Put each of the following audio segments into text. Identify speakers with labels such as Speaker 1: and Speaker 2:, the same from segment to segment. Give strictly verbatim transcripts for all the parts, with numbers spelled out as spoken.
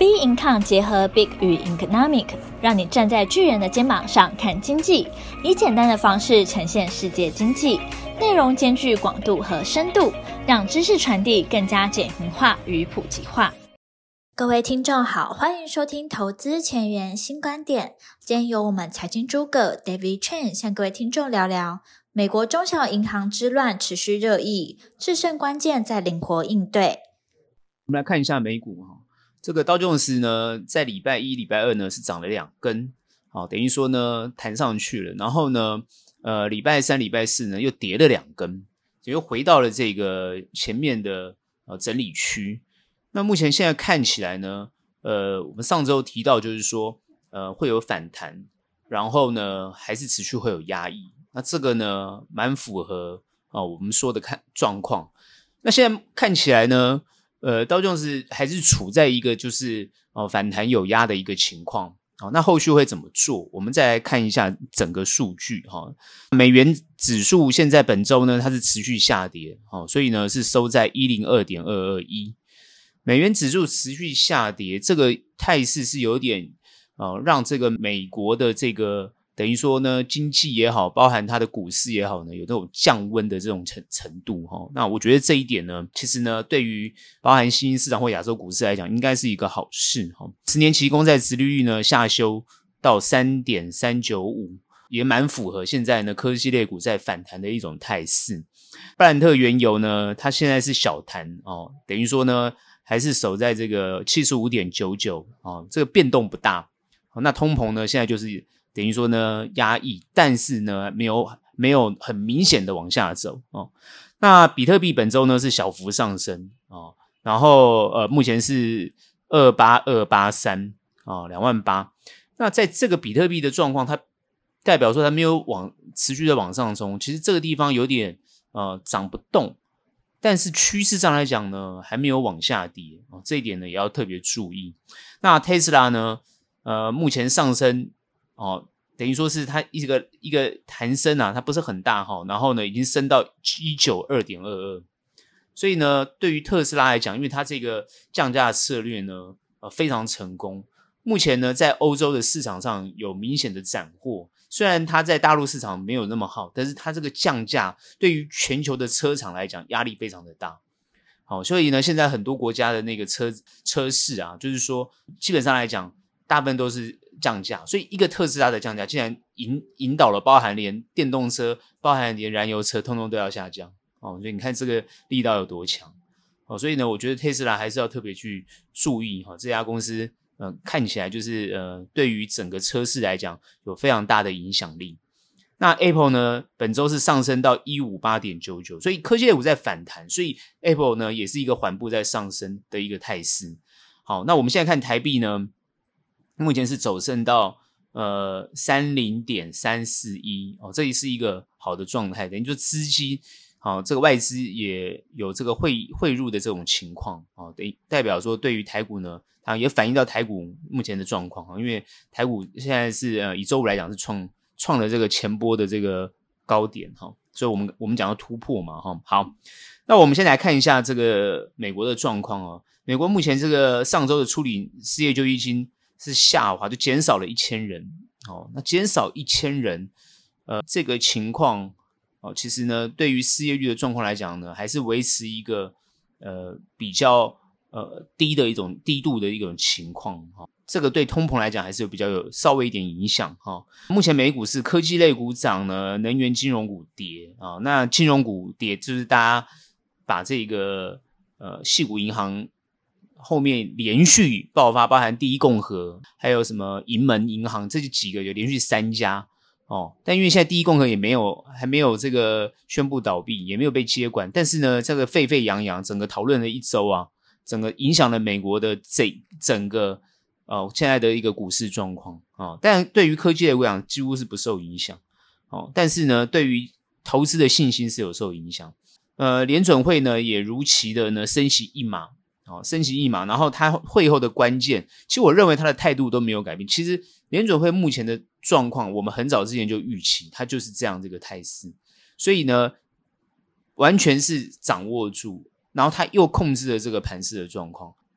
Speaker 1: B Income 结合 Big 与 Economic， 让你站在巨人的肩膀上看经济，以简单的方式呈现世界经济，内容兼具广度和深度，让知识传递更加简明化与普及化。各位听众好，欢迎收听投资前沿新观点。今天由我们财经诸葛 David Chen 向各位听众聊聊美国中小银行之乱持续热议，制胜关键在灵活应对。
Speaker 2: 我们来看一下美股哈，这个道琼斯呢，在礼拜一、礼拜二呢是涨了两根，好，等于说呢弹上去了，然后呢，呃，礼拜三、礼拜四呢又跌了两根，又回到了这个前面的呃整理区。那目前现在看起来呢，呃，我们上周提到就是说，呃，会有反弹，然后呢，还是持续会有压抑。那这个呢，蛮符合啊、呃、我们说的看状况。那现在看起来呢，呃，道琼斯还是处在一个就是哦、呃、反弹有压的一个情况。好，那后续会怎么做？我们再来看一下整个数据哈。美元指数现在本周呢，它是持续下跌，哦，所以呢是收在 一零二点二二一。美元指数持续下跌，这个态势是有点呃让这个美国的这个等于说呢经济也好，包含它的股市也好呢，有这种降温的这种程程度齁。那我觉得这一点呢，其实呢对于包含新兴市场或亚洲股市来讲，应该是一个好事齁。十年期公债殖利率呢下修到 三点三九五， 也蛮符合现在呢科技类股在反弹的一种态势。布兰特原油呢，它现在是小弹哦，等于说呢还是守在这个 七十五点九九 哦，这个变动不大。哦，那通膨呢现在就是等于说呢压抑，但是呢没有没有很明显的往下走哦。那比特币本周呢是小幅上升哦，然后呃目前是二八二八三哦，两万八。那在这个比特币的状况，它代表说它没有往持续的往上冲，其实这个地方有点呃涨不动。但是趋势上来讲呢，还没有往下跌哦，这一点呢也要特别注意。那 Tesla 呢，呃，目前上升哦，等于说是它一个一个弹升啊，它不是很大哈、哦，然后呢已经升到 一百九十二点二二， 所以呢，对于特斯拉来讲，因为它这个降价策略呢，呃，非常成功。目前呢，在欧洲的市场上有明显的斩获。虽然它在大陆市场没有那么好，但是它这个降价对于全球的车厂来讲压力非常的大。好，所以呢现在很多国家的那个车车市啊，就是说基本上来讲大部分都是降价，所以一个特斯拉的降价竟然引引导了包含连电动车，包含连燃油车通通都要下降。哦，所以你看这个力道有多强。哦，所以呢我觉得特斯拉还是要特别去注意哈、哦，这家公司呃，看起来就是呃，对于整个车市来讲有非常大的影响力。那 Apple 呢，本周是上升到 一百五十八点九九，所以科技类股在反弹，所以 Apple 呢也是一个缓步在上升的一个态势。好，那我们现在看台币呢，目前是走升到呃 三十点三四一 哦，这也是一个好的状态，等于说资金好、哦，这个外资也有这个汇汇入的这种情况哦，代表说对于台股呢，它也反映到台股目前的状况，因为台股现在是呃以周五来讲是创创了这个前波的这个高点哈，所以我们我们讲到突破嘛哈。好，那我们先来看一下这个美国的状况哦。美国目前这个上周的初领失业救济金是下滑，就减少了一千人哦。那减少一千人，呃，这个情况哦，其实呢，对于失业率的状况来讲呢，还是维持一个呃比较。呃，低的一种低度的一种情况哈、哦，这个对通膨来讲还是有比较有稍微一点影响哈、哦。目前美股是科技类股涨呢，能源金融股跌啊、哦。那金融股跌就是大家把这个呃矽谷银行后面连续爆发，包含第一共和，还有什么银门银行这几个有连续三家哦。但因为现在第一共和也没有还没有这个宣布倒闭，也没有被接管，但是呢，这个沸沸扬扬，整个讨论了一周啊。整个影响了美国的这整个呃现在的一个股市状况啊、哦，但对于科技类股讲几乎是不受影响哦，但是呢，对于投资的信心是有受影响。呃，联准会呢也如期的呢升息一码，哦，升息一码，然后它会后的关键，其实我认为它的态度都没有改变。其实联准会目前的状况，我们很早之前就预期它就是这样这个态势，所以呢，完全是掌握住。然后他又控制了这个盘势的状况，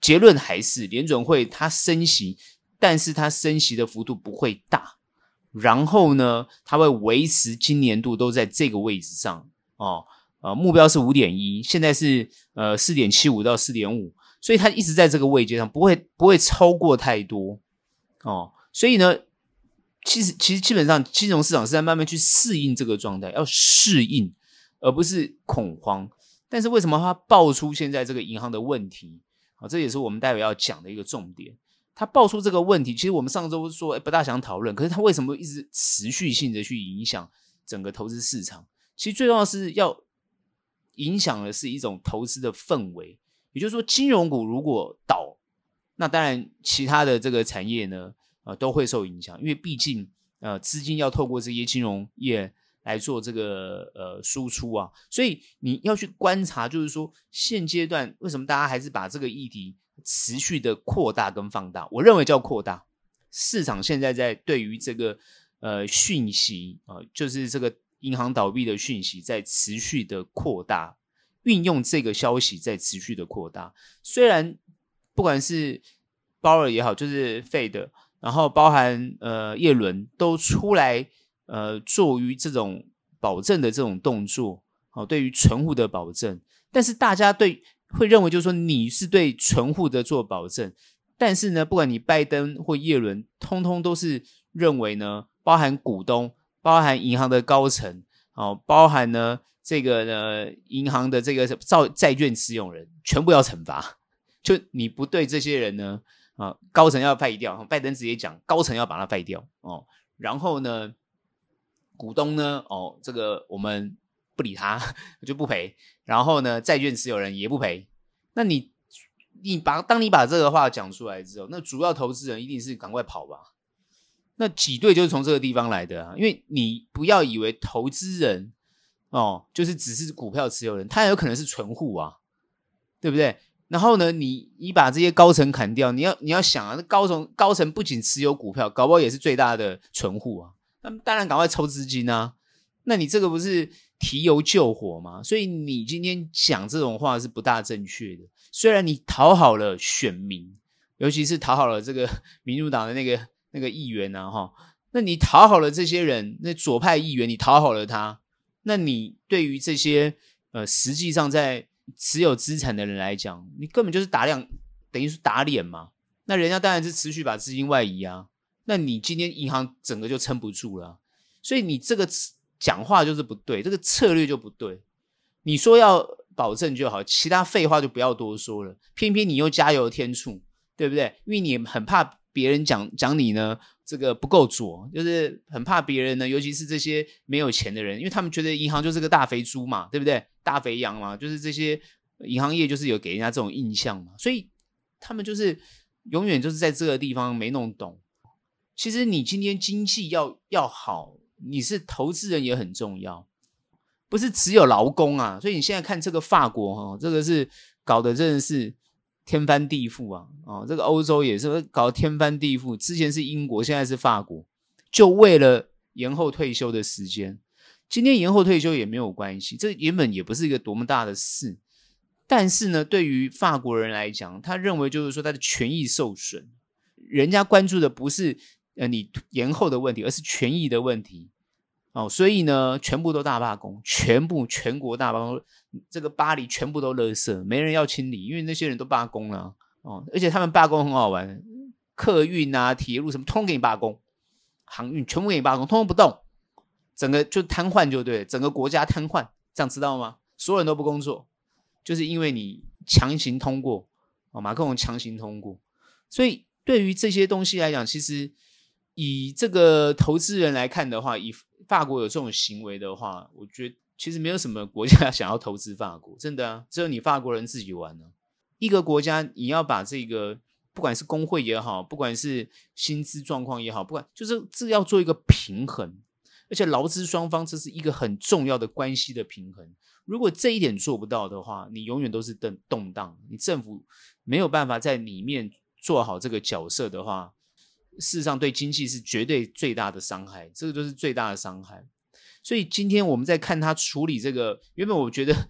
Speaker 2: 结论还是联准会它升息，但是它升息的幅度不会大，然后呢它会维持今年度都在这个位置上哦，呃目标是 五点一， 现在是呃 四点七五 到 四点五， 所以它一直在这个位阶上，不会不会超过太多哦。所以呢其实其实基本上金融市场是在慢慢去适应这个状态，要适应而不是恐慌。但是为什么它爆出现在这个银行的问题，哦，这也是我们待会要讲的一个重点。它爆出这个问题，其实我们上周说不大想讨论，可是它为什么一直持续性的去影响整个投资市场？其实最重要的是要影响的是一种投资的氛围，也就是说金融股如果倒，那当然其他的这个产业呢呃，都会受影响，因为毕竟呃资金要透过这些金融业来做这个呃输出啊，所以你要去观察，就是说现阶段为什么大家还是把这个议题持续的扩大跟放大？我认为叫扩大。市场现在在对于这个呃讯息啊、呃，就是这个银行倒闭的讯息在持续的扩大，运用这个消息在持续的扩大。虽然不管是鲍尔也好，就是 Fed， 然后包含呃耶伦都出来呃做于这种保证的这种动作，哦，对于存户的保证，但是大家对会认为就是说你是对存户的做保证，但是呢不管你拜登或耶伦通通都是认为呢包含股东，包含银行的高层，哦，包含呢这个呢银行的这个债券持有人全部要惩罚，就你不对这些人呢啊，高层要废掉，拜登直接讲高层要把它废掉哦，然后呢股东呢哦，这个我们不理他就不赔，然后呢债券持有人也不赔。那你你把当你把这个话讲出来之后，那主要投资人一定是赶快跑吧。那挤兑就是从这个地方来的啊，因为你不要以为投资人哦就是只是股票持有人，他有可能是存户啊，对不对？然后呢你你把这些高层砍掉，你要你要想啊，高层高层不仅持有股票，搞不好也是最大的存户啊，那当然赶快抽资金啊，那你这个不是提油救火吗？所以你今天讲这种话是不大正确的。虽然你讨好了选民，尤其是讨好了这个民主党的那个那个议员啊齁，那你讨好了这些人，那左派议员你讨好了他，那你对于这些呃实际上在持有资产的人来讲，你根本就是打量，等于是打脸嘛。那人家当然是持续把资金外移啊，那你今天银行整个就撑不住了啊。所以你这个讲话就是不对，这个策略就不对。你说要保证就好，其他废话就不要多说了，偏偏你又加油添醋，对不对？因为你很怕别人讲讲你呢这个不够左，就是很怕别人呢，尤其是这些没有钱的人，因为他们觉得银行就是个大肥猪嘛，对不对？大肥羊嘛，就是这些银行业就是有给人家这种印象嘛，所以他们就是永远就是在这个地方没弄懂。其实你今天经济要要好，你是投资人也很重要，不是只有劳工啊。所以你现在看这个法国、哦、这个是搞得真的是天翻地覆啊、哦、这个欧洲也是搞得天翻地覆，之前是英国，现在是法国，就为了延后退休的时间。今天延后退休也没有关系，这原本也不是一个多么大的事，但是呢对于法国人来讲，他认为就是说他的权益受损，人家关注的不是呃你延后的问题，而是权益的问题哦，所以呢全部都大罢工，全部全国大罢工，这个巴黎全部都垃圾，没人要清理，因为那些人都罢工了哦，而且他们罢工很好玩，客运啊铁路什么通通给你罢工，航运全部给你罢工，通通不动，整个就瘫痪就对了，整个国家瘫痪，这样知道吗？所有人都不工作，就是因为你强行通过、哦、马克龙强行通过。所以对于这些东西来讲，其实以这个投资人来看的话，以法国有这种行为的话，我觉得其实没有什么国家想要投资法国，真的啊，只有你法国人自己玩啊。一个国家你要把这个不管是工会也好，不管是薪资状况也好，不管就是这要做一个平衡，而且劳资双方这是一个很重要的关系的平衡。如果这一点做不到的话，你永远都是动荡，你政府没有办法在里面做好这个角色的话，事实上对经济是绝对最大的伤害，这个就是最大的伤害。所以今天我们在看他处理这个，原本我觉得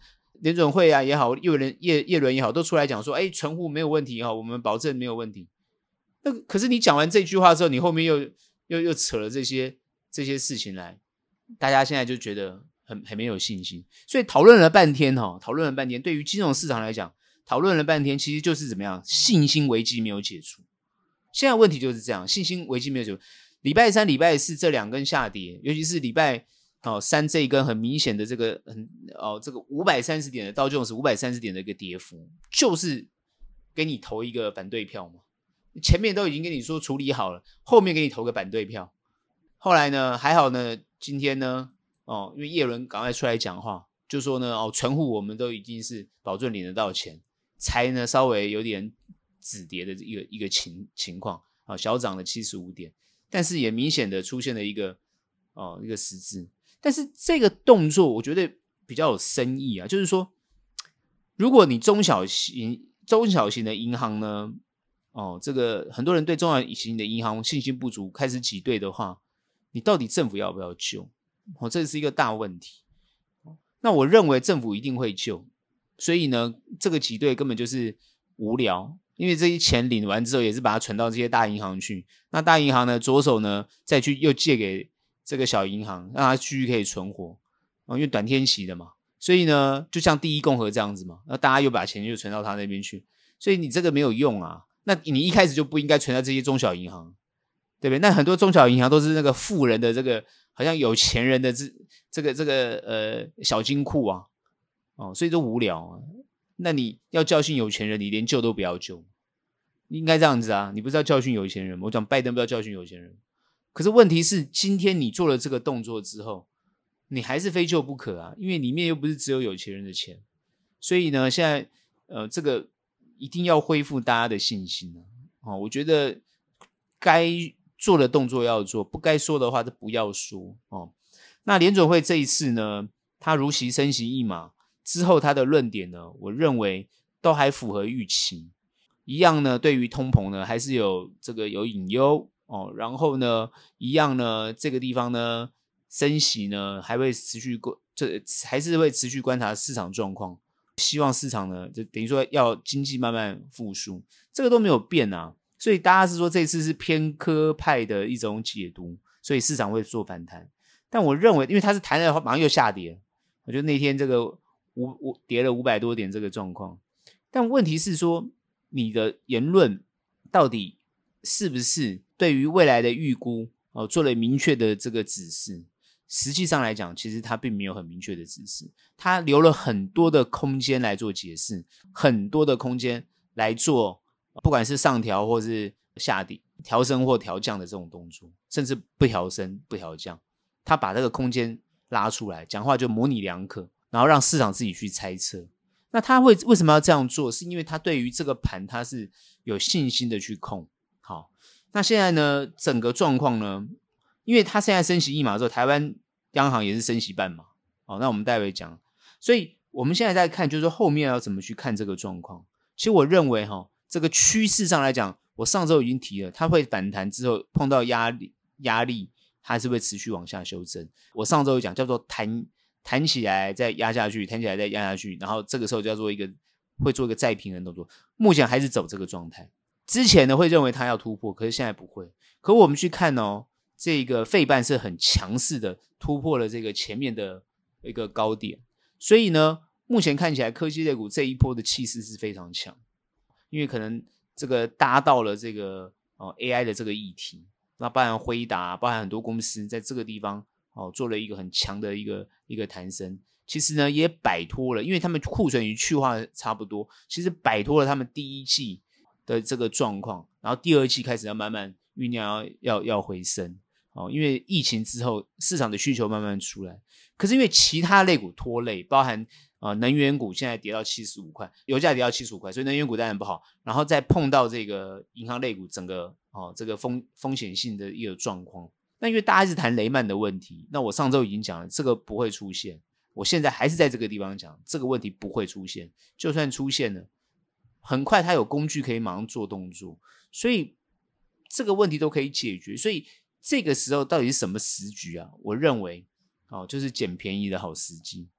Speaker 2: 联准会啊也好，叶伦叶叶伦也好，都出来讲说，哎，存户没有问题哈，我们保证没有问题。那可是你讲完这句话之后，你后面又又又扯了这些这些事情来，大家现在就觉得很很没有信心。所以讨论了半天哈，讨论了半天，对于金融市场来讲，讨论了半天，其实就是怎么样，信心危机没有解除。现在问题就是这样，信心危机没有解除。礼拜三、礼拜四这两根下跌，尤其是礼拜哦三这一根很明显的这个很哦这个五百三十点的道琼斯五百三十点的一个跌幅，就是给你投一个反对票嘛。前面都已经跟你说处理好了，后面给你投个反对票。后来呢，还好呢，今天呢，哦，因为叶伦赶快出来讲话，就说呢，哦，存户我们都已经是保证领得到钱，才呢稍微有点止跌的一个一个情情况啊，小涨了七十五点，但是也明显的出现了一个哦一个十字。但是这个动作我觉得比较有深意啊，就是说，如果你中小型中小型的银行呢，哦，这个很多人对中小型的银行信心不足，开始挤兑的话，你到底政府要不要救？哦，这是一个大问题。那我认为政府一定会救，所以呢，这个挤兑根本就是无聊，因为这些钱领完之后也是把它存到这些大银行去，那大银行呢，左手呢再去又借给这个小银行，让它继续可以存活，哦，因为短天期的嘛，所以呢，就像第一共和这样子嘛，那大家又把钱就存到他那边去，所以你这个没有用啊。那你一开始就不应该存在这些中小银行，对不对？那很多中小银行都是那个富人的这个好像有钱人的这这个这个呃小金库啊，哦，所以都无聊啊。那你要教训有钱人，你连救都不要救，你应该这样子啊。你不是要教训有钱人吗？我讲拜登不要教训有钱人，可是问题是今天你做了这个动作之后，你还是非救不可啊，因为里面又不是只有有钱人的钱，所以呢，现在呃这个。一定要恢复大家的信心啊！哦，我觉得该做的动作要做，不该说的话就不要说哦。那联准会这一次呢，他如期升息一码之后，他的论点呢，我认为都还符合预期。一样呢，对于通膨呢，还是有这个有隐忧哦。然后呢，一样呢，这个地方呢，升息呢，还会持续这还是会持续观察市场状况。希望市场呢，就等于说要经济慢慢复苏，这个都没有变啊。所以大家是说这次是偏科派的一种解读，所以市场会做反弹。但我认为，因为它是弹了马上又下跌，我觉得那天这个五五跌了五百多点这个状况。但问题是说，你的言论到底是不是对于未来的预估哦做了明确的这个指示？实际上来讲，其实它并没有很明确的指示，它留了很多的空间来做解释，很多的空间来做不管是上调或是下跌调升或调降的这种动作，甚至不调升不调降，它把这个空间拉出来，讲话就模棱两可，然后让市场自己去猜测。那他会为什么要这样做？是因为他对于这个盘他是有信心的去控。好，那现在呢，整个状况呢，因为他现在升息一码之后，台湾央行也是升息半码，好，那我们待会讲。所以我们现在在看，就是说后面要怎么去看这个状况。其实我认为哈，这个趋势上来讲，我上周已经提了，它会反弹之后碰到压力，压力它是会持续往下修正。我上周有讲叫做弹弹起来再压下去，弹起来再压下去，然后这个时候就要做一个会做一个再平衡动作。目前还是走这个状态。之前呢会认为它要突破，可是现在不会。可我们去看哦。这个费半是很强势的突破了这个前面的一个高点，所以呢目前看起来科技类股这一波的气势是非常强，因为可能这个搭到了这个、哦、A I 的这个议题，那包含辉达包含很多公司在这个地方、哦、做了一个很强的一个一个弹升，其实呢也摆脱了，因为他们库存与去化差不多，其实摆脱了他们第一季的这个状况，然后第二季开始要慢慢酝酿要要要回升。哦，因为疫情之后市场的需求慢慢出来，可是因为其他类股拖累，包含、呃、能源股现在跌到七十五块，油价跌到七十五块，所以能源股当然不好，然后再碰到这个银行类股整个、哦、这个 风, 风险性的一个状况。那因为大家一直谈雷曼的问题，那我上周已经讲了这个不会出现，我现在还是在这个地方讲这个问题不会出现，就算出现了很快它有工具可以马上做动作，所以这个问题都可以解决。所以这个时候到底是什么时局啊？我认为、哦、就是捡便宜的好时机。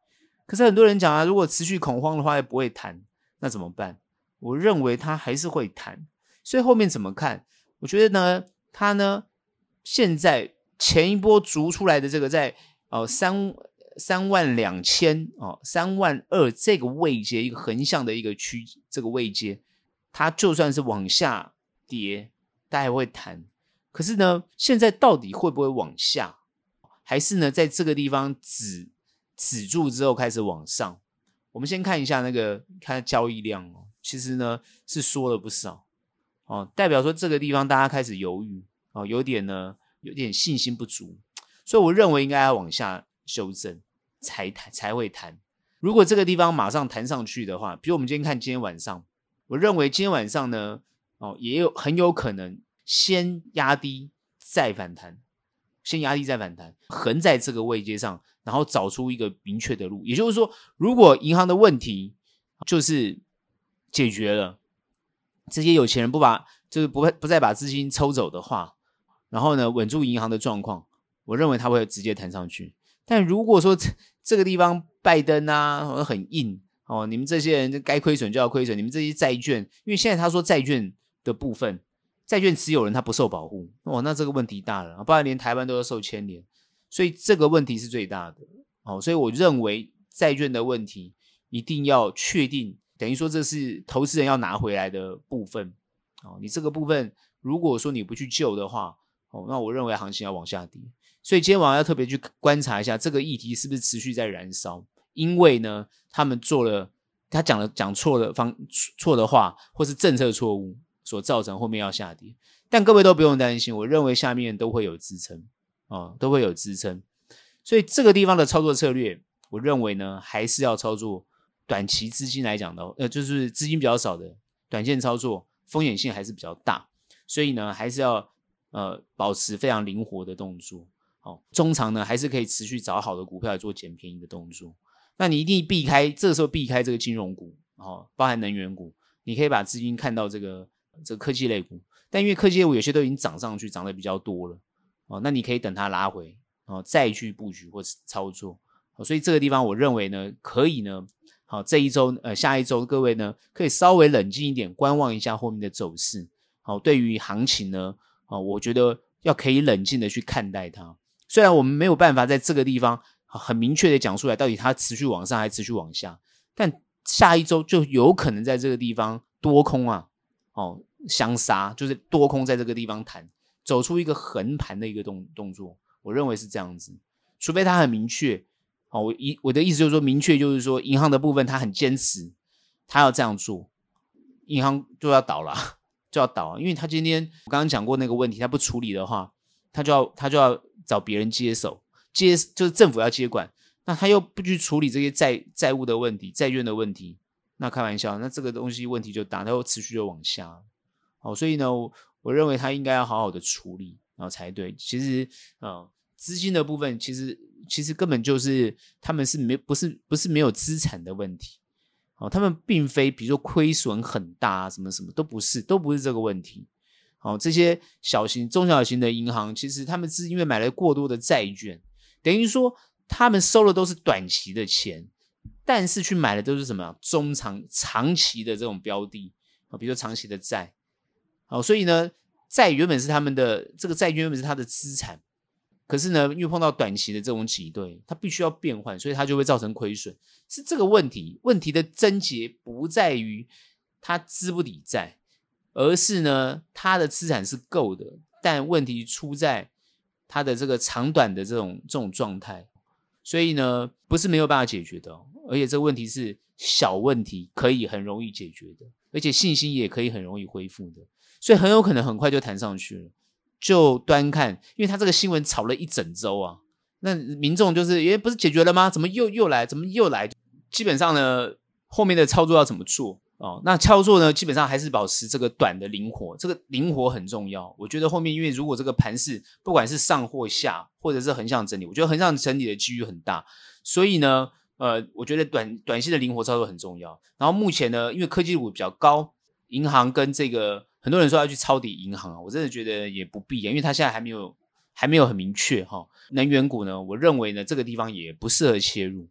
Speaker 2: 可是很多人讲啊，如果持续恐慌的话也不会弹，那怎么办？我认为它还是会弹，所以后面怎么看？我觉得呢，它呢现在前一波逐出来的这个在哦三三万两千哦三万二这个位阶，一个横向的一个区，这个位阶，它就算是往下跌，它还会弹。可是呢，现在到底会不会往下？还是呢，在这个地方止止住之后开始往上？我们先看一下那个看交易量哦，其实呢是缩了不少哦，代表说这个地方大家开始犹豫哦，有点呢有点信心不足，所以我认为应该要往下修正才才会弹。如果这个地方马上弹上去的话，比如我们今天看今天晚上，我认为今天晚上呢哦也有很有可能先压低再反弹，先压低再反弹，横在这个位阶上，然后找出一个明确的路。也就是说，如果银行的问题就是解决了，这些有钱人不把就是不不再把资金抽走的话，然后呢稳住银行的状况，我认为它会直接弹上去。但如果说这这个地方拜登啊很硬哦，你们这些人该亏损就要亏损，你们这些债券，因为现在他说债券的部分，债券持有人他不受保护哦，那这个问题大了，不然连台湾都要受牵连，所以这个问题是最大的哦。所以我认为债券的问题一定要确定，等于说这是投资人要拿回来的部分哦。你这个部分如果说你不去救的话哦，那我认为行情要往下跌。所以今天晚上要特别去观察一下这个议题是不是持续在燃烧，因为呢他们做了他讲了讲错了方错的话，或是政策错误所造成后面要下跌。但各位都不用担心，我认为下面都会有支撑哦，都会有支撑。所以这个地方的操作策略，我认为呢还是要操作短期资金来讲的，呃，就是资金比较少的短线操作，风险性还是比较大，所以呢还是要呃保持非常灵活的动作。哦，中长呢还是可以持续找好的股票来做捡便宜的动作。那你一定避开，这个时候避开这个金融股，哦，包含能源股，你可以把资金看到这个这个科技类股，但因为科技类股有些都已经涨上去，涨得比较多了，哦，那你可以等它拉回，哦，再去布局或操作。哦，所以这个地方我认为呢，可以呢，好，这一周呃下一周各位呢可以稍微冷静一点，观望一下后面的走势。好，对于行情呢，哦，我觉得要可以冷静的去看待它。虽然我们没有办法在这个地方很明确的讲出来到底它持续往上还是持续往下，但下一周就有可能在这个地方多空啊哦相杀，就是多空在这个地方弹，走出一个横盘的一个 动, 动作，我认为是这样子。除非它很明确，哦，我, 我的意思就是说明确就是说银行的部分它很坚持它要这样做，银行就要倒了就要倒了，因为他今天我刚刚讲过那个问题，他不处理的话，他就要他就要找别人接手，接就是政府要接管，那他又不去处理这些债债务的问题、债券的问题，那开玩笑，那这个东西问题就大，它又持续就往下。好，所以呢，我, 我认为他应该要好好的处理，然后才对。其实，呃，资金的部分，其实其实根本就是他们是没不是不是没有资产的问题，哦，他们并非比如说亏损很大啊，什么什么都不是，都不是这个问题。哦，这些小型、中小型的银行，其实他们是因为买了过多的债券，等于说他们收的都是短期的钱，但是去买的都是什么中长长期的这种标的，哦，比如说长期的债。好，所以呢，债原本是他们的这个债券原本是他的资产，可是呢，因为碰到短期的这种挤兑，它必须要变换，所以它就会造成亏损，是这个问题。问题的症结不在于它资不抵债，而是呢，它的资产是够的，但问题出在它的这个长短的这种这种状态，所以呢，不是没有办法解决的，哦，而且这个问题是小问题，可以很容易解决的，而且信心也可以很容易恢复的，所以很有可能很快就弹上去了。就端看，因为他这个新闻炒了一整周啊，那民众就是因为不是解决了吗？怎么又又来？怎么又来？基本上呢，后面的操作要怎么做？哦，那操作呢，基本上还是保持这个短的灵活，这个灵活很重要。我觉得后面因为如果这个盘势不管是上或下，或者是横向整理，我觉得横向整理的几率很大，所以呢，呃，我觉得短短线的灵活操作很重要。然后目前呢，因为科技股比较高，银行跟这个很多人说要去抄底银行啊，我真的觉得也不必，因为它现在还没有还没有很明确哈。能源股呢，我认为呢这个地方也不适合切入。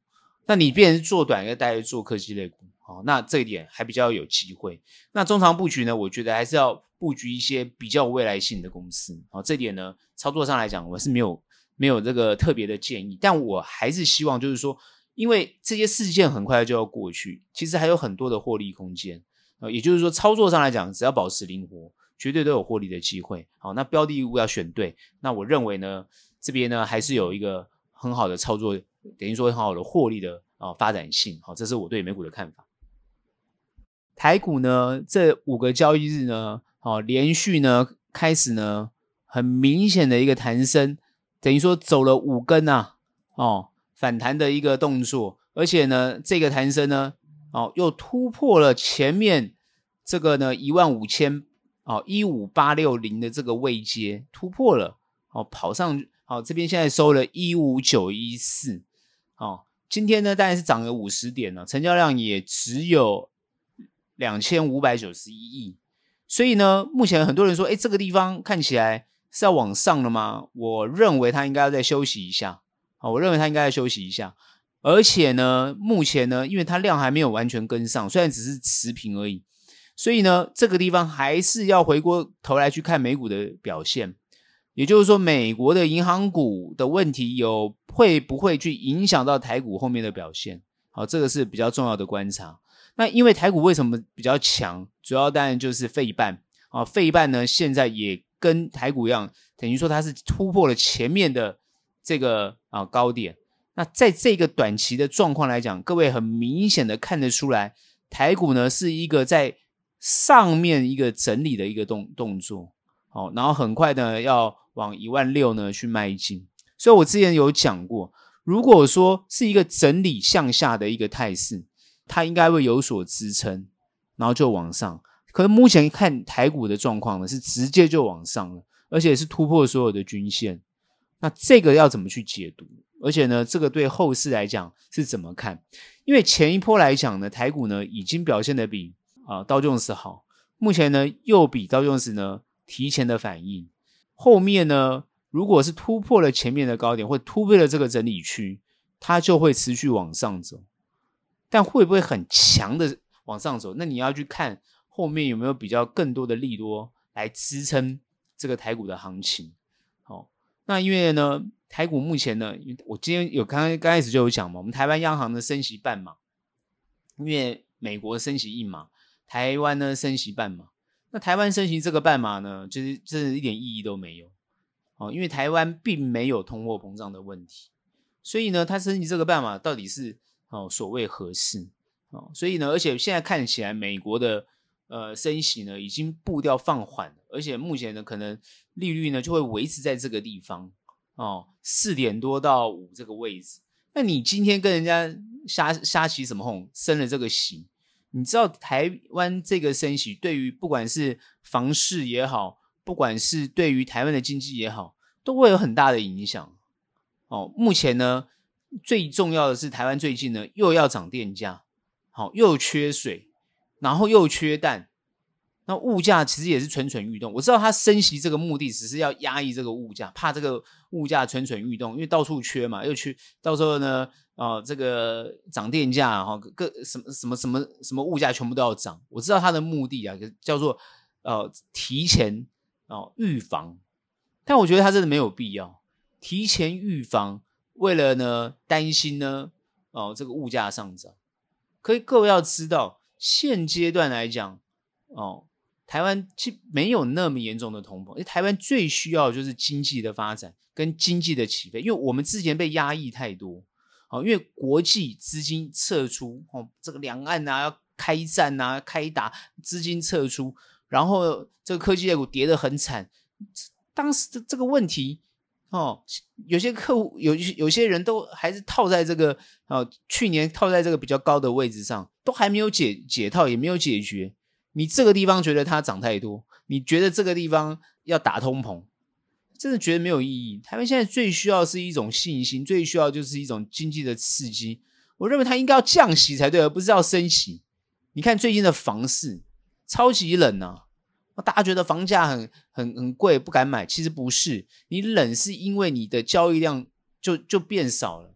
Speaker 2: 那你变成做短又待在做科技类股，哦，那这一点还比较有机会。那中长布局呢，我觉得还是要布局一些比较有未来性的公司，哦，这点呢操作上来讲我是没有没有这个特别的建议，但我还是希望就是说，因为这些事件很快就要过去，其实还有很多的获利空间，呃，也就是说操作上来讲只要保持灵活，绝对都有获利的机会。好，那标的物要选对，那我认为呢这边呢还是有一个很好的操作，等于说很好的获利的、呃、发展性。好，这是我对美股的看法。台股呢这五个交易日呢、哦、连续呢开始呢很明显的一个弹升，等于说走了五根啊，哦，反弹的一个动作，而且呢这个弹升呢、哦、又突破了前面这个呢一万五千哦一五八六零的这个位阶突破了，哦，跑上哦这边现在收了一五九一四，哦，今天呢当然是涨了五十点了，成交量也只有两千五百九十一亿，所以呢目前很多人说诶这个地方看起来是要往上了吗？我认为它应该要再休息一下，哦，我认为它应该要休息一下，而且呢目前呢因为它量还没有完全跟上，虽然只是持平而已，所以呢这个地方还是要回过头来去看美股的表现，也就是说美国的银行股的问题有会不会去影响到台股后面的表现，好，这个是比较重要的观察。那因为台股为什么比较强，主要当然就是费半，啊，费半呢现在也跟台股一样，等于说它是突破了前面的这个、啊、高点。那在这个短期的状况来讲，各位很明显的看得出来，台股呢是一个在上面一个整理的一个动动作，哦，然后很快呢要往一万六呢去迈进。所以我之前有讲过，如果说是一个整理向下的一个态势，它应该会有所支撑，然后就往上。可是目前看台股的状况呢，是直接就往上了，而且是突破所有的均线。那这个要怎么去解读？而且呢，这个对后市来讲是怎么看？因为前一波来讲呢，台股呢已经表现得比啊、呃、道琼斯好，目前呢又比道琼斯呢提前的反应。后面呢，如果是突破了前面的高点，或突破了这个整理区，它就会持续往上走。但会不会很强的往上走？那你要去看后面有没有比较更多的利多来支撑这个台股的行情。好，那因为呢，台股目前呢，我今天有刚刚开始就有讲嘛，我们台湾央行的升息半码，因为美国升息一码，台湾呢升息半码。那台湾升息这个半码呢，就是真的一点意义都没有。哦，因为台湾并没有通货膨胀的问题，所以呢，它升息这个半码到底是哦，所谓合适、哦、所以呢，而且现在看起来美国的呃升息呢已经步调放缓了，而且目前呢可能利率呢就会维持在这个地方哦，四点多到五这个位置。那你今天跟人家瞎瞎起什么哄，升了这个息，你知道台湾这个升息对于不管是房市也好，不管是对于台湾的经济也好，都会有很大的影响哦。目前呢最重要的是台湾最近呢又要涨电价，好，又缺水，然后又缺蛋，那物价其实也是蠢蠢欲动。我知道他升息这个目的只是要压抑这个物价，怕这个物价蠢蠢欲动，因为到处缺嘛，又缺，到时候呢呃这个涨电价哈，各什么什么什么什么物价全部都要涨。我知道他的目的啊叫做呃提前哦预防，但我觉得他真的没有必要提前预防。为了呢担心呢哦这个物价上涨，可以各位要知道现阶段来讲哦台湾其实没有那么严重的通膨，因为台湾最需要的就是经济的发展跟经济的起飞，因为我们之前被压抑太多，哦，因为国际资金撤出，哦，这个两岸啊要开战啊开打，资金撤出，然后这个科技类股跌得很惨，当时的这个问题哦，有些客户有有些人都还是套在这个哦，去年套在这个比较高的位置上，都还没有解解套，也没有解决。你这个地方觉得它涨太多，你觉得这个地方要打通膨，真的觉得没有意义。台湾现在最需要的是一种信心，最需要就是一种经济的刺激。我认为它应该要降息才对，而不是要升息。你看最近的房市超级冷啊。大家觉得房价很很很贵不敢买，其实不是，你冷是因为你的交易量就就变少了。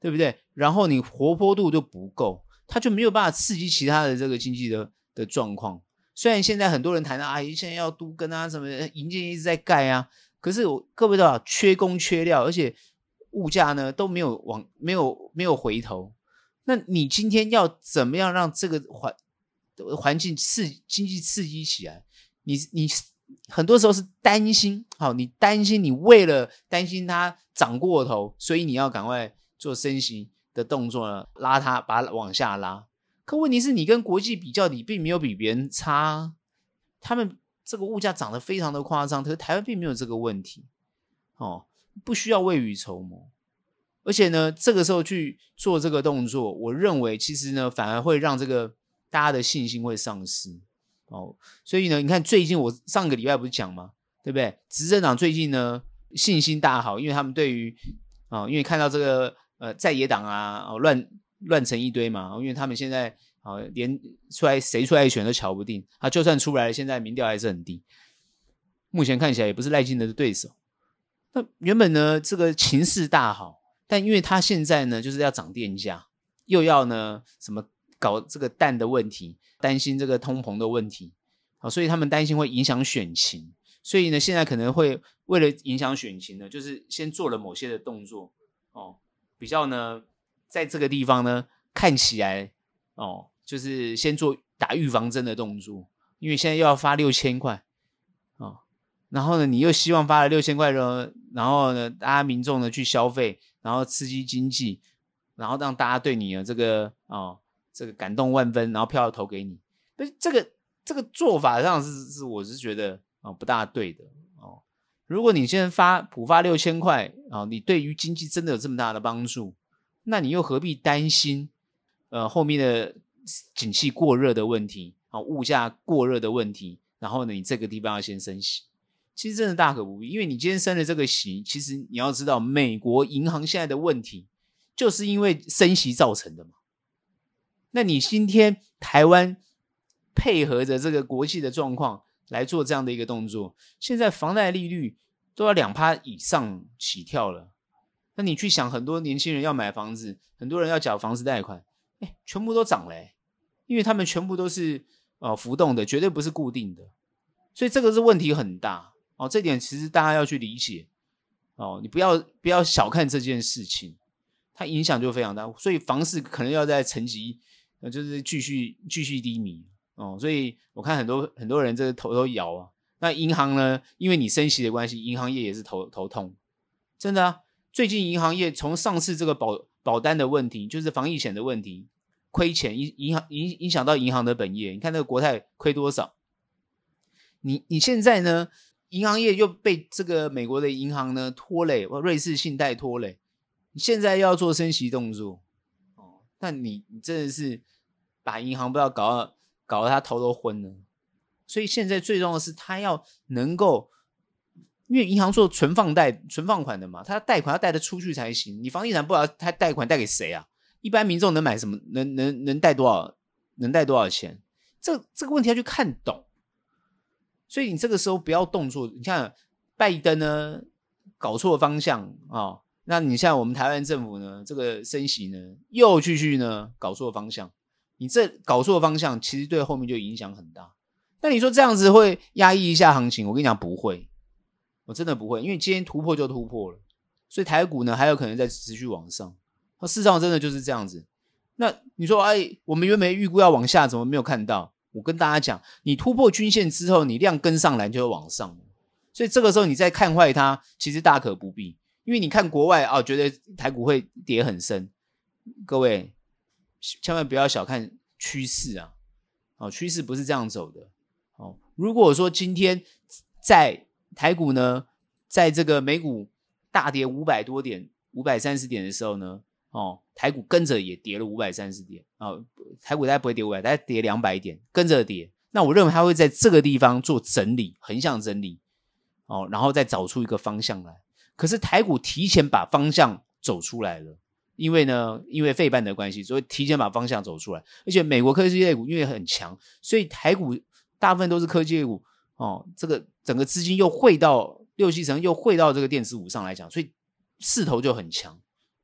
Speaker 2: 对不对？然后你活泼度就不够，它就没有办法刺激其他的这个经济的的状况。虽然现在很多人谈到啊，现在要都更啊，什么营建一直在盖啊，可是我各位知道，缺工缺料，而且物价呢都没有往没有没有回头。那你今天要怎么样让这个环环境刺经济刺激起来？你你很多时候是担心，好，你担心你为了担心它涨过头，所以你要赶快做升息的动作呢，拉它把它往下拉。可问题是你跟国际比较，你并没有比别人差，他们这个物价涨得非常的夸张，可是台湾并没有这个问题，哦，不需要未雨绸缪。而且呢，这个时候去做这个动作，我认为其实呢，反而会让这个大家的信心会丧失。哦，所以呢，你看最近我上个礼拜不是讲吗？对不对？执政党最近呢信心大好，因为他们对于啊、哦，因为看到这个呃在野党啊，哦乱乱成一堆嘛，因为他们现在啊、哦、连出来谁出来选都瞧不定，他、啊、就算出来了，现在民调还是很低，目前看起来也不是赖清德的对手。那原本呢这个情势大好，但因为他现在呢就是要涨电价，又要呢什么搞这个蛋的问题，担心这个通膨的问题，好，所以他们担心会影响选情，所以呢现在可能会为了影响选情呢，就是先做了某些的动作哦，比较呢在这个地方呢看起来哦，就是先做打预防针的动作，因为现在又要发六千块哦，然后呢你又希望发了六千块呢，然后呢大家民众呢去消费，然后刺激经济，然后让大家对你的这个哦这个感动万分，然后票要投给你，这个这个做法上是是我是觉得、哦、不大对的哦。如果你现在发普发六千块啊，你对于经济真的有这么大的帮助，那你又何必担心呃后面的景气过热的问题啊、哦，物价过热的问题，然后呢你这个地方要先升息，其实真的大可不必，因为你今天升了这个息，其实你要知道美国银行现在的问题就是因为升息造成的嘛。那你今天台湾配合着这个国际的状况来做这样的一个动作，现在房贷利率都要 百分之二 以上起跳了，那你去想很多年轻人要买房子，很多人要缴房子贷款，哎，全部都涨了、欸、因为他们全部都是、呃、浮动的，绝对不是固定的，所以这个是问题很大哦，这点其实大家要去理解哦，你不要不要小看这件事情，它影响就非常大，所以房市可能要在层级就是继续继续低迷哦，所以我看很多很多人这个头都摇啊。那银行呢，因为你升息的关系，银行业也是头头痛，真的啊。最近银行业从上次这个保保单的问题，就是防疫险的问题，亏钱影响影影响到银行的本业。你看那个国泰亏多少？你你现在呢，银行业又被这个美国的银行呢拖累，瑞士信贷拖累，你现在要做升息动作。那你你真的是把银行不要搞到搞到他头都昏了，所以现在最重要的是他要能够，因为银行做存放贷存放款的嘛，他贷款要贷得出去才行，你房地产不知道他贷款贷给谁啊？一般民众能买什么？能能能贷多少？能贷多少钱？这这个问题要去看懂，所以你这个时候不要动作。你看拜登呢搞错方向啊。哦，那你像我们台湾政府呢，这个升息呢又继续呢搞错方向，你这搞错方向其实对后面就影响很大。那你说这样子会压抑一下行情？我跟你讲不会，我真的不会，因为今天突破就突破了，所以台股呢还有可能再持续往上，事实上真的就是这样子。那你说哎，我们原本预估要往下，怎么没有看到？我跟大家讲，你突破均线之后，你量跟上来就会往上，所以这个时候你再看坏它，其实大可不必。因为你看国外啊，觉得台股会跌很深，各位千万不要小看趋势啊！哦，趋势不是这样走的。哦，如果说今天在台股呢，在这个美股大跌五百多点、五百三十点的时候呢，哦，台股跟着也跌了五百三十点哦，台股大概不会跌五百，大概跌两百点，跟着跌。那我认为它会在这个地方做整理，横向整理，哦，然后再找出一个方向来。可是台股提前把方向走出来了，因为呢，因为费半的关系，所以提前把方向走出来。而且美国科技类股因为很强，所以台股大部分都是科技类股哦，这个整个资金又汇到六七成，又汇到这个电子股上来讲，所以势头就很强，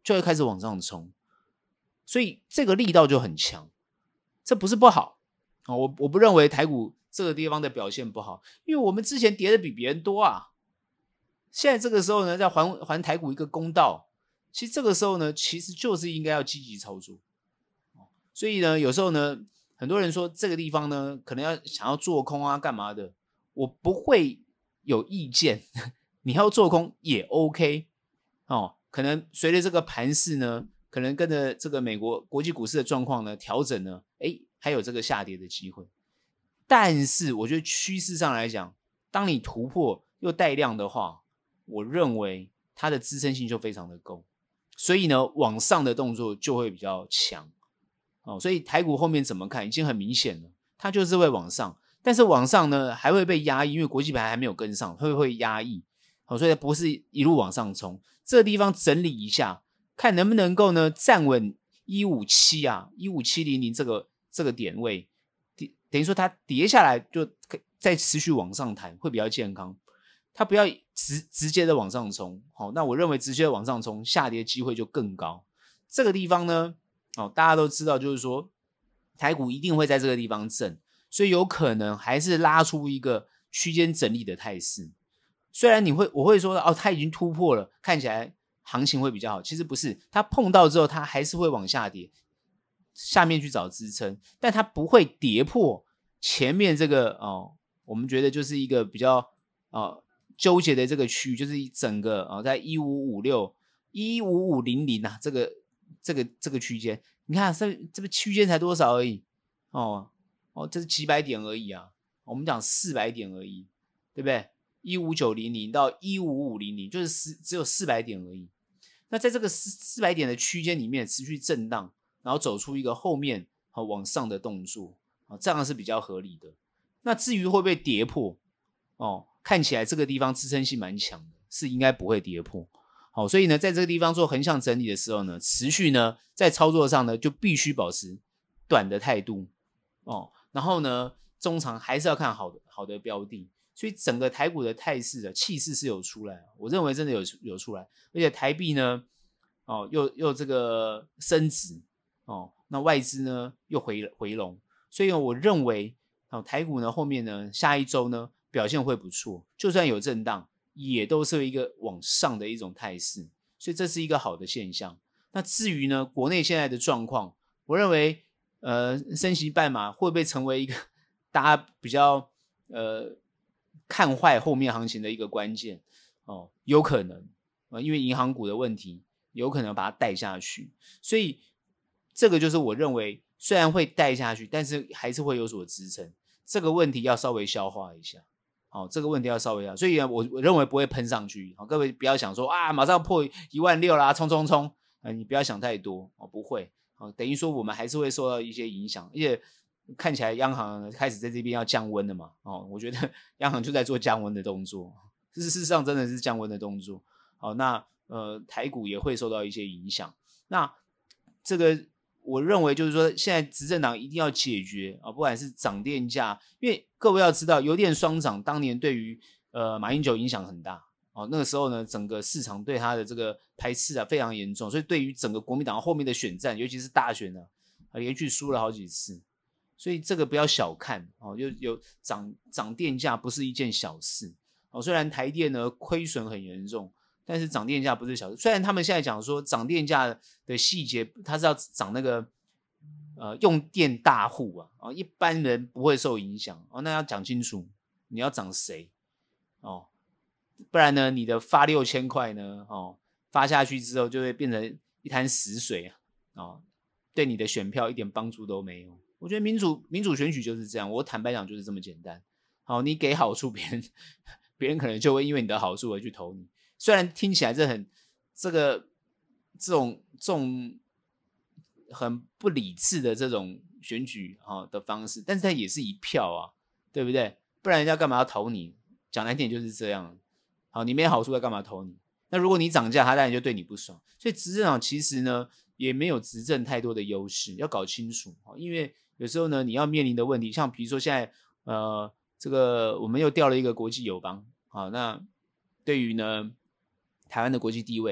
Speaker 2: 就会开始往上冲，所以这个力道就很强，这不是不好、哦、我我不认为台股这个地方的表现不好，因为我们之前跌的比别人多啊，现在这个时候呢，在还还台股一个公道，其实这个时候呢，其实就是应该要积极操作，所以呢，有时候呢，很多人说这个地方呢，可能要想要做空啊，干嘛的，我不会有意见，你要做空也 OK 哦，可能随着这个盘势呢，可能跟着这个美国国际股市的状况呢调整呢，诶，还有这个下跌的机会。但是我觉得趋势上来讲，当你突破又带量的话，我认为它的支撑性就非常的够，所以呢，往上的动作就会比较强。哦，所以台股后面怎么看已经很明显了，它就是会往上，但是往上呢还会被压抑，因为国际盘还没有跟上，会不会压抑？哦，所以不是一路往上冲，这个地方整理一下，看能不能够呢站稳一五七啊，一五七零零这个这个点位，等于说它跌下来就再持续往上弹，会比较健康。它不要直直接的往上冲，好、哦，那我认为直接的往上冲，下跌机会就更高。这个地方呢，哦，大家都知道，就是说台股一定会在这个地方震，所以有可能还是拉出一个区间整理的态势。虽然你会我会说哦，它已经突破了，看起来行情会比较好，其实不是，它碰到之后它还是会往下跌，下面去找支撑，但它不会跌破前面这个哦，我们觉得就是一个比较哦纠结的这个区域，就是一整个哦在一五五六、一五五零零啊这个这个这个区间，你看这这个区间才多少而已哦哦，这是几百点而已啊，我们讲四百点而已，对不对？一五九零零到一五五零零就是只有四百点而已。那在这个四百点的区间里面持续震荡，然后走出一个后面、哦、往上的动作、哦、这样是比较合理的。那至于会不会跌破哦，看起来这个地方支撑性蛮强的，是应该不会跌破。好、哦，所以呢，在这个地方做横向整理的时候呢，持续呢在操作上呢就必须保持短的态度哦，然后呢中长还是要看好的好的标的。所以整个台股的态势的气势是有出来，我认为真的有有出来，而且台币呢，哦，又又这个升值哦，那外资呢又回回笼，所以我认为哦，台股呢后面呢下一周呢表现会不错，就算有震荡，也都是一个往上的一种态势，所以这是一个好的现象。那至于呢国内现在的状况，我认为呃升息半码会不会成为一个大家比较呃。看坏后面行情的一个关键哦，有可能、呃、因为银行股的问题有可能把它带下去，所以这个就是我认为虽然会带下去，但是还是会有所支撑，这个问题要稍微消化一下，好、哦，这个问题要稍微消化，所以我我认为不会喷上去、哦、各位不要想说啊马上破一万六啦，冲冲冲、呃、你不要想太多、哦、不会、哦、等于说我们还是会受到一些影响，而且看起来央行开始在这边要降温了嘛？哦，我觉得央行就在做降温的动作，事实上真的是降温的动作。好、哦，那呃台股也会受到一些影响。那这个我认为就是说，现在执政党一定要解决啊、哦，不管是涨电价，因为各位要知道，油电双涨当年对于呃马英九影响很大哦，那个时候呢，整个市场对他的这个排斥啊非常严重，所以对于整个国民党后面的选战，尤其是大选呢、啊，连续输了好几次。所以这个不要小看哦，有有涨涨电价不是一件小事哦。虽然台电呢亏损很严重，但是涨电价不是小事。虽然他们现在讲说涨电价的细节，它是要涨那个呃用电大户啊，哦一般人不会受影响哦。那要讲清楚，你要涨谁哦？不然呢，你的发六千块呢，哦发下去之后就会变成一滩死水啊，哦，对你的选票一点帮助都没有。我觉得民主民主选举就是这样，我坦白讲就是这么简单。好，你给好处，别人别人可能就会因为你的好处而去投你。虽然听起来这很这个这种这种很不理智的这种选举、哦、的方式，但是它也是一票啊，对不对？不然人家干嘛要投你？讲难听就是这样。好，你没好处要干嘛投你？那如果你涨价，他当然就对你不爽。所以执政党其实呢也没有执政太多的优势，要搞清楚。因为有时候呢，你要面临的问题，像比如说现在，呃，这个我们又调了一个国际友邦，好，那对于呢台湾的国际地位，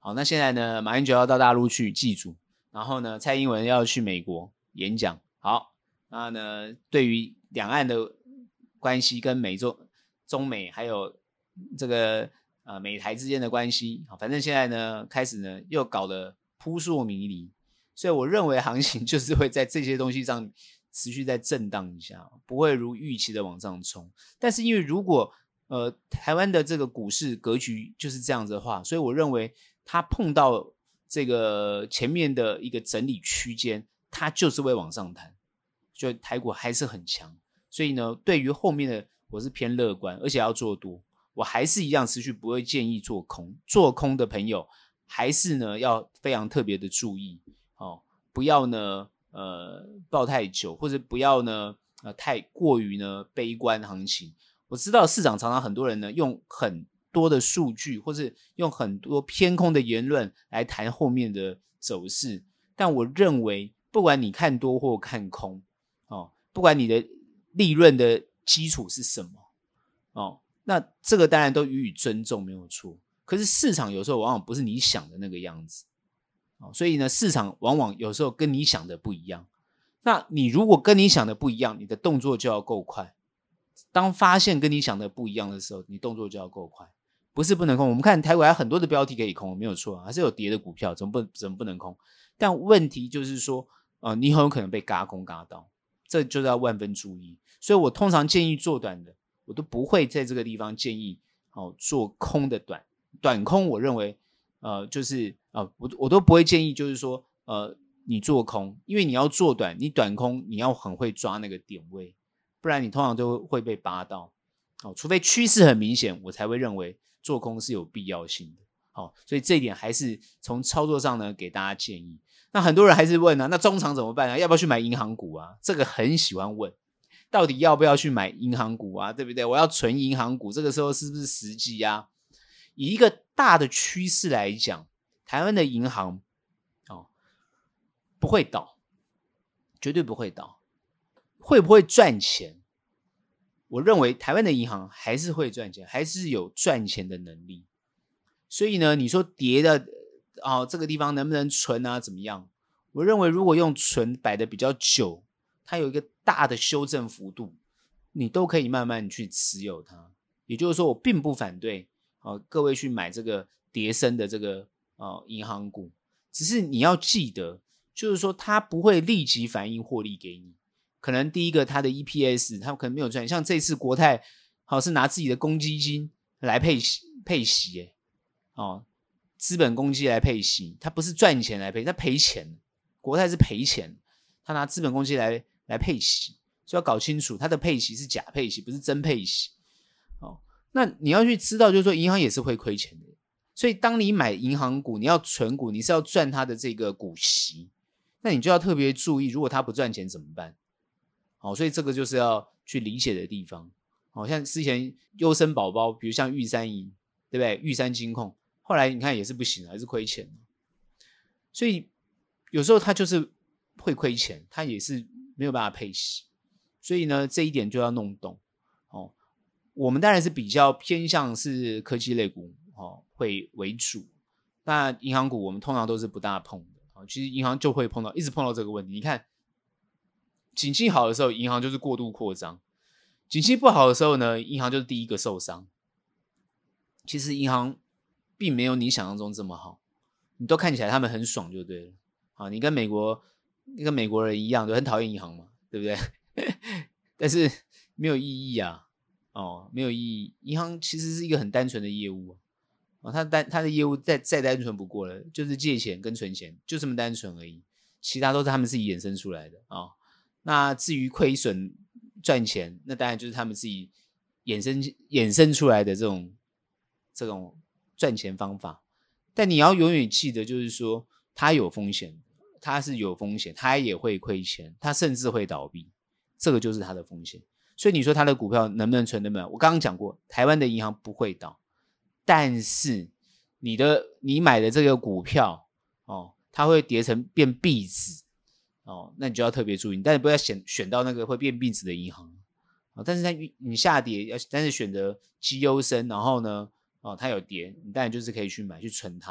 Speaker 2: 好，那现在呢，马英九要到大陆去祭祖，然后呢，蔡英文要去美国演讲。好，那呢，对于两岸的关系跟美中中美还有这个呃美台之间的关系，好，反正现在呢，开始呢又搞得扑朔迷离，所以我认为行情就是会在这些东西上持续在震荡一下，不会如预期的往上冲。但是因为如果呃台湾的这个股市格局就是这样子的话，所以我认为它碰到这个前面的一个整理区间，它就是会往上弹，就台股还是很强。所以呢，对于后面的我是偏乐观，而且要做多，我还是一样持续不会建议做空。做空的朋友还是呢要非常特别的注意哦，不要呢呃抱太久，或者不要呢呃太过于呢悲观行情。我知道市场常常很多人呢用很多的数据，或是用很多偏空的言论来谈后面的走势，但我认为不管你看多或看空哦，不管你的利润的基础是什么哦，那这个当然都予以尊重，没有错。可是市场有时候往往不是你想的那个样子哦，所以呢，市场往往有时候跟你想的不一样。那你如果跟你想的不一样，你的动作就要够快。当发现跟你想的不一样的时候，你动作就要够快。不是不能空，我们看台股还有很多的标的可以空，没有错，还是有跌的股票，怎么不怎么不能空？但问题就是说，呃，你很有可能被嘎空嘎到，这就是要万分注意。所以我通常建议做短的，我都不会在这个地方建议哦做空的短短空。我认为，呃，就是呃，我我都不会建议，就是说，呃，你做空，因为你要做短，你短空你要很会抓那个点位，不然你通常都会被扒到。哦，除非趋势很明显，我才会认为做空是有必要性的。好、哦，所以这一点还是从操作上呢给大家建议。那很多人还是问啊，那中长怎么办啊？要不要去买银行股啊？这个很喜欢问，到底要不要去买银行股啊？对不对？我要存银行股，这个时候是不是时机啊？以一个大的趋势来讲，台湾的银行哦不会倒，绝对不会倒。会不会赚钱？我认为台湾的银行还是会赚钱，还是有赚钱的能力。所以呢，你说跌的哦，这个地方能不能存啊？怎么样？我认为如果用存摆的比较久，它有一个大的修正幅度，你都可以慢慢去持有它。也就是说，我并不反对哦，各位去买这个跌升的这个哦银行股，只是你要记得，就是说它不会立即反映获利给你。可能第一个它的 E P S 它可能没有赚，像这次国泰好、哦、是拿自己的公积金来配息配息耶，哦，资本公积来配息，它不是赚钱来配，它赔钱。国泰是赔钱，它拿资本公积来来配息，所以要搞清楚它的配息是假配息，不是真配息。哦，那你要去知道，就是说银行也是会亏钱的，所以当你买银行股，你要存股，你是要赚它的这个股息，那你就要特别注意，如果它不赚钱怎么办？好、哦，所以这个就是要去理解的地方。好、哦，像之前优生宝宝，比如像玉山银，对不对？玉山金控，后来你看也是不行，还是亏钱。所以有时候它就是会亏钱，它也是没有办法配息。所以呢，这一点就要弄懂。哦，我们当然是比较偏向是科技类股哦会为主，那银行股我们通常都是不大碰的。哦，其实银行就会碰到，一直碰到这个问题。你看，景气好的时候，银行就是过度扩张；景气不好的时候呢，银行就是第一个受伤。其实银行并没有你想象中这么好，你都看起来他们很爽就对了。啊，你跟美国你跟美国人一样，就很讨厌银行嘛，对不对？但是没有意义啊，哦，没有意义。银行其实是一个很单纯的业务啊，哦，它单它的业务再再单纯不过了，就是借钱跟存钱，就这么单纯而已，其他都是他们自己衍生出来的啊、哦。那至于亏损赚钱，那当然就是他们自己衍生衍生出来的这种这种赚钱方法。但你要永远记得，就是说它有风险，它是有风险，它也会亏钱，它甚至会倒闭，这个就是它的风险。所以你说它的股票能不能存，能不能？我刚刚讲过，台湾的银行不会倒，但是你的你买的这个股票哦，它会跌成变币值。哦，那你就要特别注意，但是不要选选到那个会变币值的银行、哦、但是它你下跌，要但是选择绩优生，然后呢，哦，它有跌，你当然就是可以去买去存它，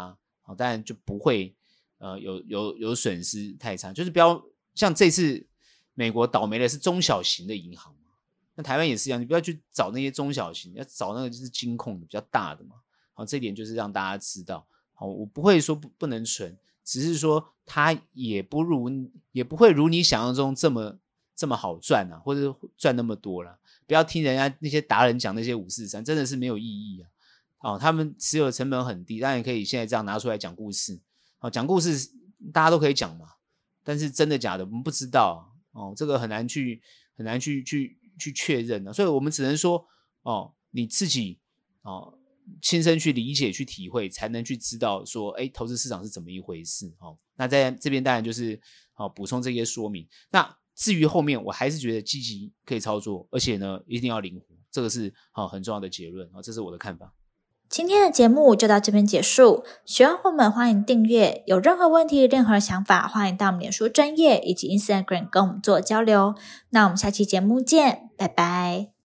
Speaker 2: 好，当然就不会呃有有有损失太差，就是不要像这次美国倒霉的是中小型的银行嘛，那台湾也是一样，你不要去找那些中小型，要找那个就是金控的比较大的嘛。好，这一点就是让大家知道，好，我不会说 不, 不能存，只是说它也不如也不会如你想象中这么这么好赚啊，或者赚那么多啦。不要听人家那些达人讲那些五四三，真的是没有意义啊。哦，他们持有的成本很低，当然可以现在这样拿出来讲故事。哦，讲故事大家都可以讲嘛，但是真的假的我们不知道哦，这个很难去很难去去去确认啊，所以我们只能说哦，你自己哦亲身去理解去体会，才能去知道说，哎，投资市场是怎么一回事哦。那在这边当然就是哦补充这些说明。那至于后面，我还是觉得积极可以操作，而且呢一定要灵活，这个是哦很重要的结论哦，这是我的看法。
Speaker 1: 今天的节目就到这边结束，喜欢我们欢迎订阅，有任何问题任何想法欢迎到我们脸书专页以及 Instagram 跟我们做交流。那我们下期节目见，拜拜。